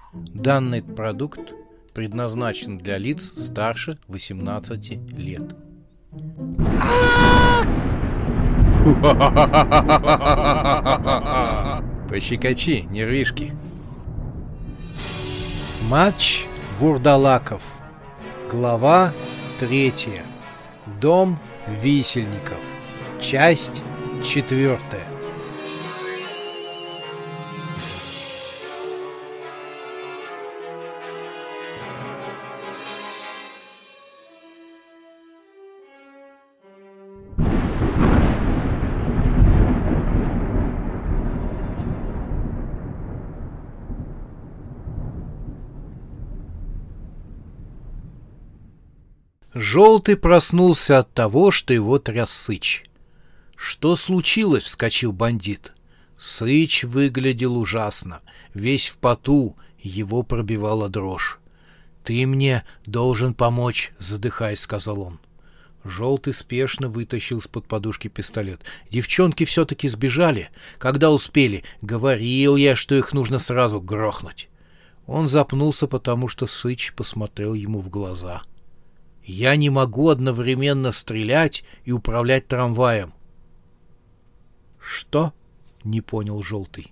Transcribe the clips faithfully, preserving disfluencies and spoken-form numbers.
Данный продукт предназначен для лиц старше восемнадцати лет. Пощекочи нервишки. Матч вурдалаков. Глава третья. Дом висельников. Часть четвертая. Желтый проснулся от того, что его тряс Сыч. «Что случилось?» — вскочил бандит. Сыч выглядел ужасно, весь в поту, его пробивала дрожь. «Ты мне должен помочь», — задыхаясь, сказал он. Желтый спешно вытащил из-под подушки пистолет. «Девчонки все-таки сбежали. Когда успели? Говорил я, что их нужно сразу грохнуть». Он запнулся, потому что Сыч посмотрел ему в глаза. «Я не могу одновременно стрелять и управлять трамваем». «Что?» — не понял Желтый.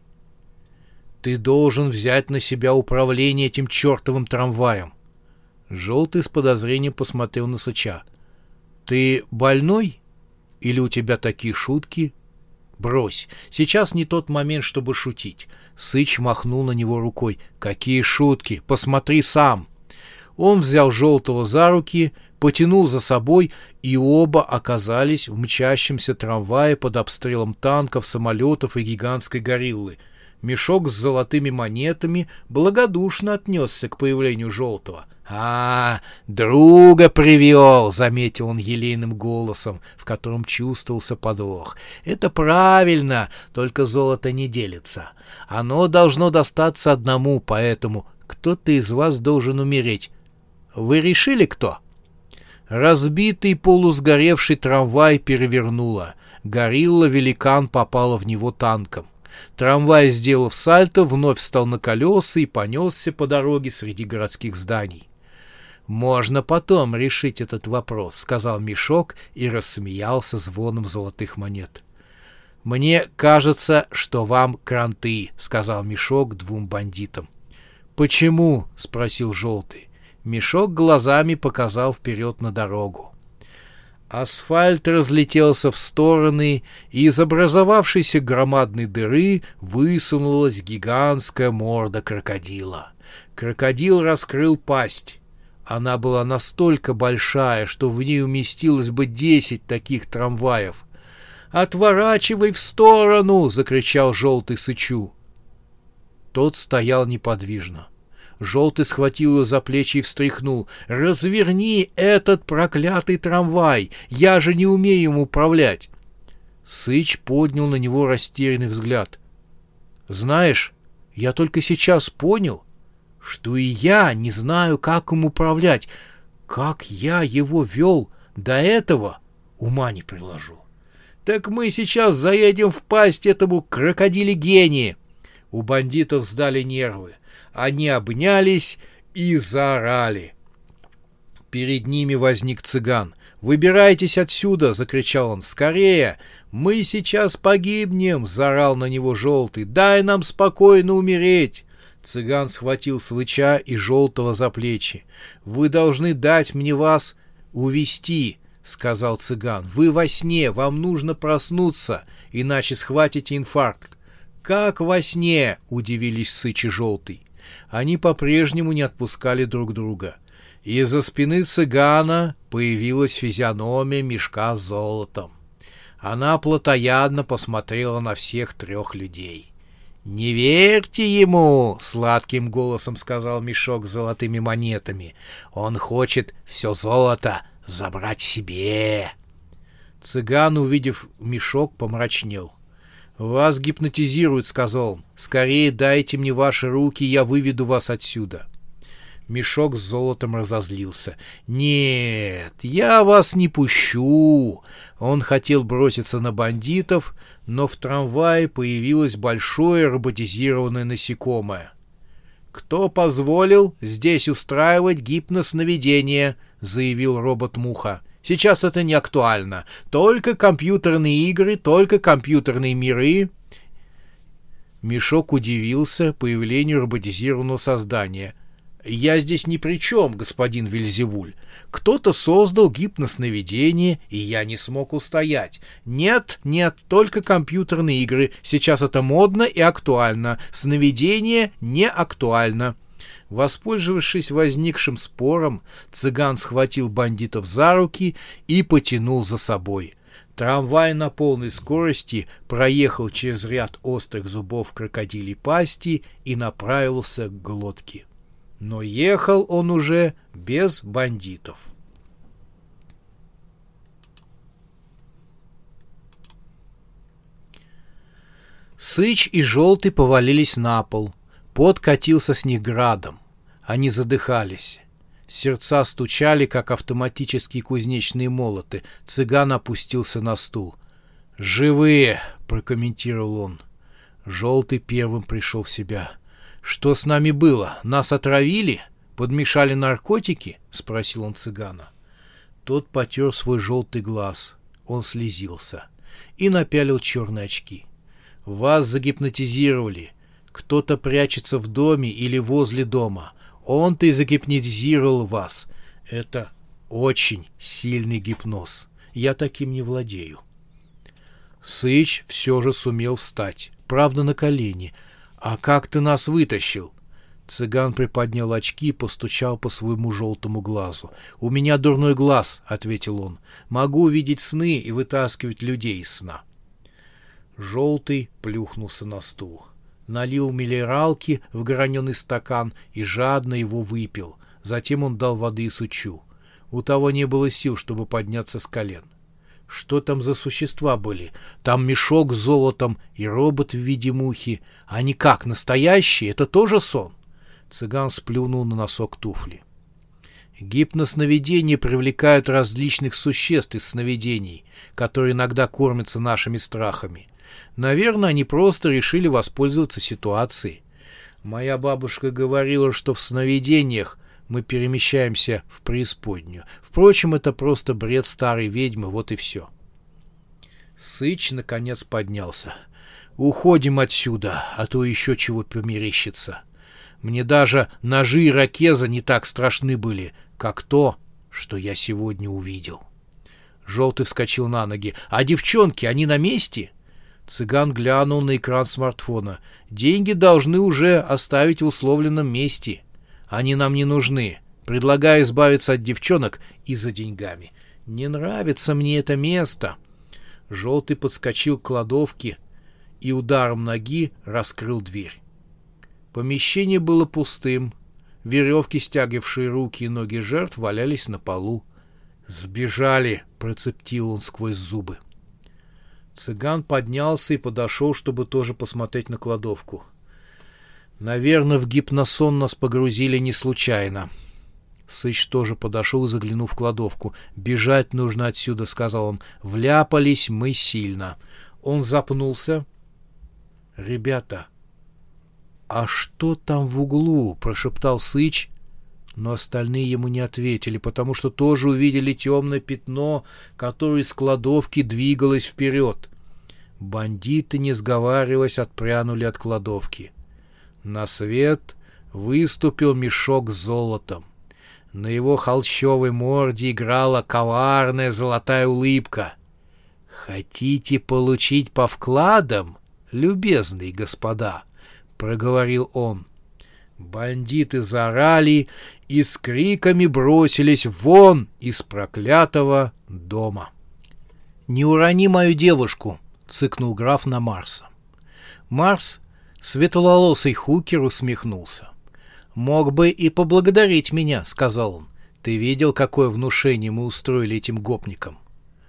«Ты должен взять на себя управление этим чертовым трамваем». Желтый с подозрением посмотрел на Сыча. «Ты больной? Или у тебя такие шутки?» «Брось, сейчас не тот момент, чтобы шутить». Сыч махнул на него рукой. «Какие шутки? Посмотри сам!» Он взял Желтого за руки, потянул за собой, и оба оказались в мчащемся трамвае под обстрелом танков, самолетов и гигантской гориллы. Мешок с золотыми монетами благодушно отнесся к появлению Желтого. «А, друга привел!» — заметил он елейным голосом, в котором чувствовался подвох. «Это правильно, только золото не делится. Оно должно достаться одному, поэтому кто-то из вас должен умереть. Вы решили, кто?» Разбитый полусгоревший трамвай перевернуло. Горилла-великан попала в него танком. Трамвай, сделав сальто, вновь встал на колеса и понесся по дороге среди городских зданий. «Можно потом решить этот вопрос», — сказал Мешок и рассмеялся звоном золотых монет. «Мне кажется, что вам кранты», — сказал Мешок двум бандитам. «Почему?» — спросил Желтый. Мешок глазами показал вперед на дорогу. Асфальт разлетелся в стороны, и из образовавшейся громадной дыры высунулась гигантская морда крокодила. Крокодил раскрыл пасть. Она была настолько большая, что в ней уместилось бы десять таких трамваев. «Отворачивай в сторону!» — закричал Желтый Сычу. Тот стоял неподвижно. Желтый схватил его за плечи и встряхнул. «Разверни этот проклятый трамвай! Я же не умею им управлять!» Сыч поднял на него растерянный взгляд. «Знаешь, я только сейчас понял, что и я не знаю, как им управлять. Как я его вел до этого, ума не приложу. Так мы сейчас заедем в пасть этому крокодиле-гении!» У бандитов сдали нервы. Они обнялись и заорали. Перед ними возник цыган. «Выбирайтесь отсюда!» — закричал он. «Скорее! Мы сейчас погибнем!» — заорал на него Желтый. «Дай нам спокойно умереть!» Цыган схватил Сыча и Желтого за плечи. «Вы должны дать мне вас увести!» — сказал цыган. «Вы во сне, вам нужно проснуться, иначе схватите инфаркт». «Как во сне?» — удивились Сыч и Желтый. Они по-прежнему не отпускали друг друга. Из-за спины цыгана появилась физиономия мешка с золотом. Она плотоядно посмотрела на всех трех людей. «Не верьте ему!» — сладким голосом сказал мешок с золотыми монетами. «Он хочет все золото забрать себе!» Цыган, увидев мешок, помрачнел. «Вас гипнотизируют», — сказал он. «Скорее дайте мне ваши руки, я выведу вас отсюда». Мешок с золотом разозлился. «Нет, я вас не пущу!» Он хотел броситься на бандитов, но в трамвае появилось большое роботизированное насекомое. «Кто позволил здесь устраивать гипносновидение?» — заявил робот-муха. «Сейчас это не актуально. Только компьютерные игры, только компьютерные миры». Мешок удивился появлению роботизированного создания. «Я здесь ни при чем, господин Вельзевуль. Кто-то создал гипносновидение, и я не смог устоять. Нет, нет, только компьютерные игры. Сейчас это модно и актуально. Сновидение не актуально». Воспользовавшись возникшим спором, цыган схватил бандитов за руки и потянул за собой. Трамвай на полной скорости проехал через ряд острых зубов крокодилей пасти и направился к глотке. Но ехал он уже без бандитов. Сыч и Желтый повалились на пол. Пот катился с них градом. Они задыхались. Сердца стучали, как автоматические кузнечные молоты. Цыган опустился на стул. «Живые!» — прокомментировал он. Желтый первым пришел в себя. «Что с нами было? Нас отравили? Подмешали наркотики?» — спросил он цыгана. Тот потер свой желтый глаз. Он слезился и напялил черные очки. «Вас загипнотизировали. Кто-то прячется в доме или возле дома. Он-то и загипнотизировал вас. Это очень сильный гипноз. Я таким не владею». Сыч все же сумел встать, правда, на колени. «А как ты нас вытащил?» Цыган приподнял очки и постучал по своему желтому глазу. «У меня дурной глаз», — ответил он. «Могу видеть сны и вытаскивать людей из сна». Желтый плюхнулся на стул, налил минералки в граненый стакан и жадно его выпил. Затем он дал воды Сычу. У того не было сил, чтобы подняться с колен. Что там за существа были? Там мешок с золотом и робот в виде мухи. Они как, настоящие? Это тоже сон? Цыган сплюнул на носок туфли. Гипносновидения привлекают различных существ из сновидений, которые иногда кормятся нашими страхами. Наверное, они просто решили воспользоваться ситуацией. Моя бабушка говорила, что в сновидениях мы перемещаемся в преисподнюю. Впрочем, это просто бред старой ведьмы, вот и все. Сыч, наконец, поднялся. «Уходим отсюда, а то еще чего померещится. Мне даже ножи и ракеза не так страшны были, как то, что я сегодня увидел». Желтый вскочил на ноги. «А девчонки, они на месте?» Цыган глянул на экран смартфона. «Деньги должны уже оставить в условленном месте. Они нам не нужны. Предлагаю избавиться от девчонок и за деньгами». «Не нравится мне это место». Желтый подскочил к кладовке и ударом ноги раскрыл дверь. Помещение было пустым. Веревки, стягивавшие руки и ноги жертв, валялись на полу. «Сбежали!» — процептил он сквозь зубы. Цыган поднялся и подошел, чтобы тоже посмотреть на кладовку. «Наверное, в гипносон нас погрузили не случайно». Сыч тоже подошел и заглянул в кладовку. «Бежать нужно отсюда», — сказал он. «Вляпались мы сильно». Он запнулся. «Ребята, а что там в углу?» — прошептал Сыч. Но остальные ему не ответили, потому что тоже увидели темное пятно, которое из кладовки двигалось вперед. Бандиты, не сговариваясь, отпрянули от кладовки. На свет выступил мешок с золотом. На его холщовой морде играла коварная золотая улыбка. «Хотите получить по вкладам, любезные господа?» — проговорил он. Бандиты заорали и с криками бросились вон из проклятого дома. «Не урони мою девушку!» — цыкнул граф на Марса. Марс, светловолосый хукер, усмехнулся. «Мог бы и поблагодарить меня», — сказал он. «Ты видел, какое внушение мы устроили этим гопникам?»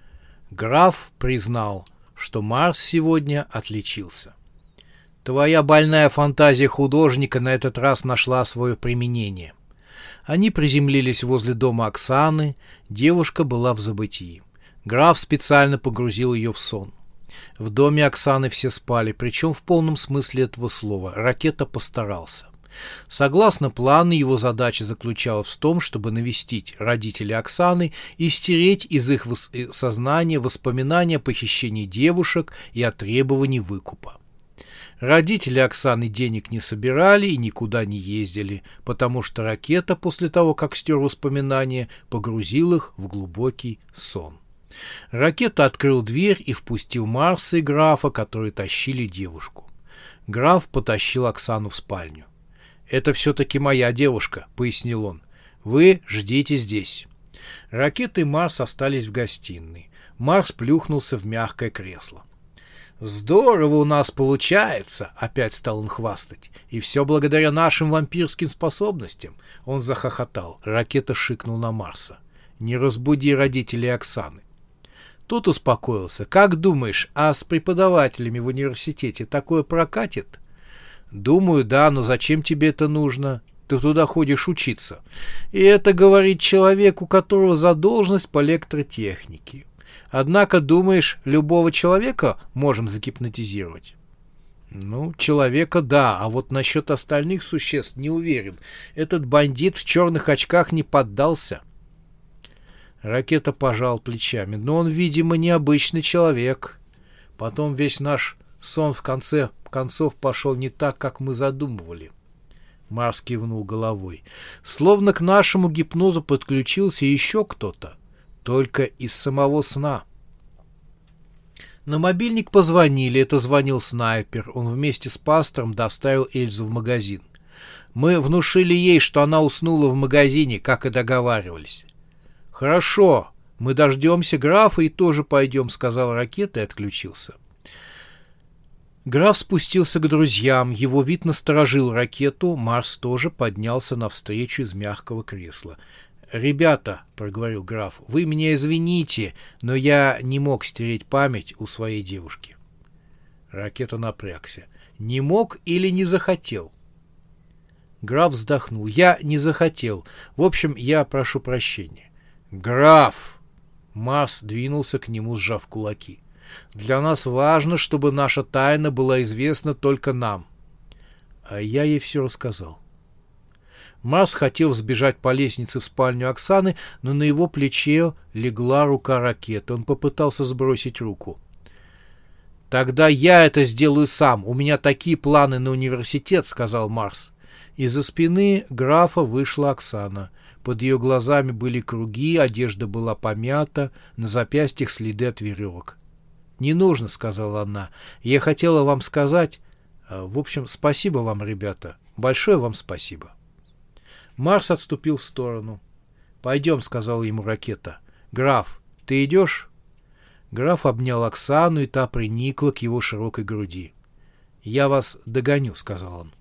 Граф признал, что Марс сегодня отличился. «Твоя больная фантазия художника на этот раз нашла свое применение». Они приземлились возле дома Оксаны, девушка была в забытии. Граф специально погрузил ее в сон. В доме Оксаны все спали, причем в полном смысле этого слова. Ракета постарался. Согласно плану, его задача заключалась в том, чтобы навестить родителей Оксаны и стереть из их вос- сознания воспоминания о похищении девушек и о требовании выкупа. Родители Оксаны денег не собирали и никуда не ездили, потому что Ракета после того, как стер воспоминания, погрузил их в глубокий сон. Ракета открыл дверь и впустил Марса и графа, которые тащили девушку. Граф потащил Оксану в спальню. «Это все-таки моя девушка», — пояснил он. «Вы ждите здесь». Ракета и Марс остались в гостиной. Марс плюхнулся в мягкое кресло. «Здорово у нас получается», — опять стал он хвастать. «И все благодаря нашим вампирским способностям». Он захохотал. Ракета шикнул на Марса. «Не разбуди родителей Оксаны». Тот успокоился. «Как думаешь, а с преподавателями в университете такое прокатит?» «Думаю, да, но зачем тебе это нужно? Ты туда ходишь учиться». И это говорит человек, у которого задолженность по электротехнике. Однако, думаешь, любого человека можем загипнотизировать? Ну, человека да, а вот насчет остальных существ не уверен. Этот бандит в черных очках не поддался. Ракета пожал плечами. Но он, видимо, необычный человек. Потом весь наш сон в конце концов пошел не так, как мы задумывали. Марс кивнул головой. Словно к нашему гипнозу подключился еще кто-то. Только из самого сна. На мобильник позвонили. Это звонил снайпер. Он вместе с пастором доставил Эльзу в магазин. Мы внушили ей, что она уснула в магазине, как и договаривались. «Хорошо, мы дождемся графа и тоже пойдем», — сказал Ракета и отключился. Граф спустился к друзьям, его вид насторожил Ракету, Марс тоже поднялся навстречу из мягкого кресла. «Ребята», — проговорил граф, — «вы меня извините, но я не мог стереть память у своей девушки». Ракета напрягся. «Не мог или не захотел?» Граф вздохнул. «Я не захотел. В общем, я прошу прощения». «Граф!» Марс двинулся к нему, сжав кулаки. «Для нас важно, чтобы наша тайна была известна только нам». А я ей все рассказал. Марс хотел сбежать по лестнице в спальню Оксаны, но на его плече легла рука Ракеты. Он попытался сбросить руку. «Тогда я это сделаю сам. У меня такие планы на университет», — сказал Марс. Из-за спины графа вышла Оксана. Под ее глазами были круги, одежда была помята, на запястьях следы от веревок. «Не нужно», — сказала она. «Я хотела вам сказать... В общем, спасибо вам, ребята. Большое вам спасибо». Марс отступил в сторону. «Пойдем», — сказала ему Ракета. «Граф, ты идешь?» Граф обнял Оксану, и та приникла к его широкой груди. «Я вас догоню», — сказал он.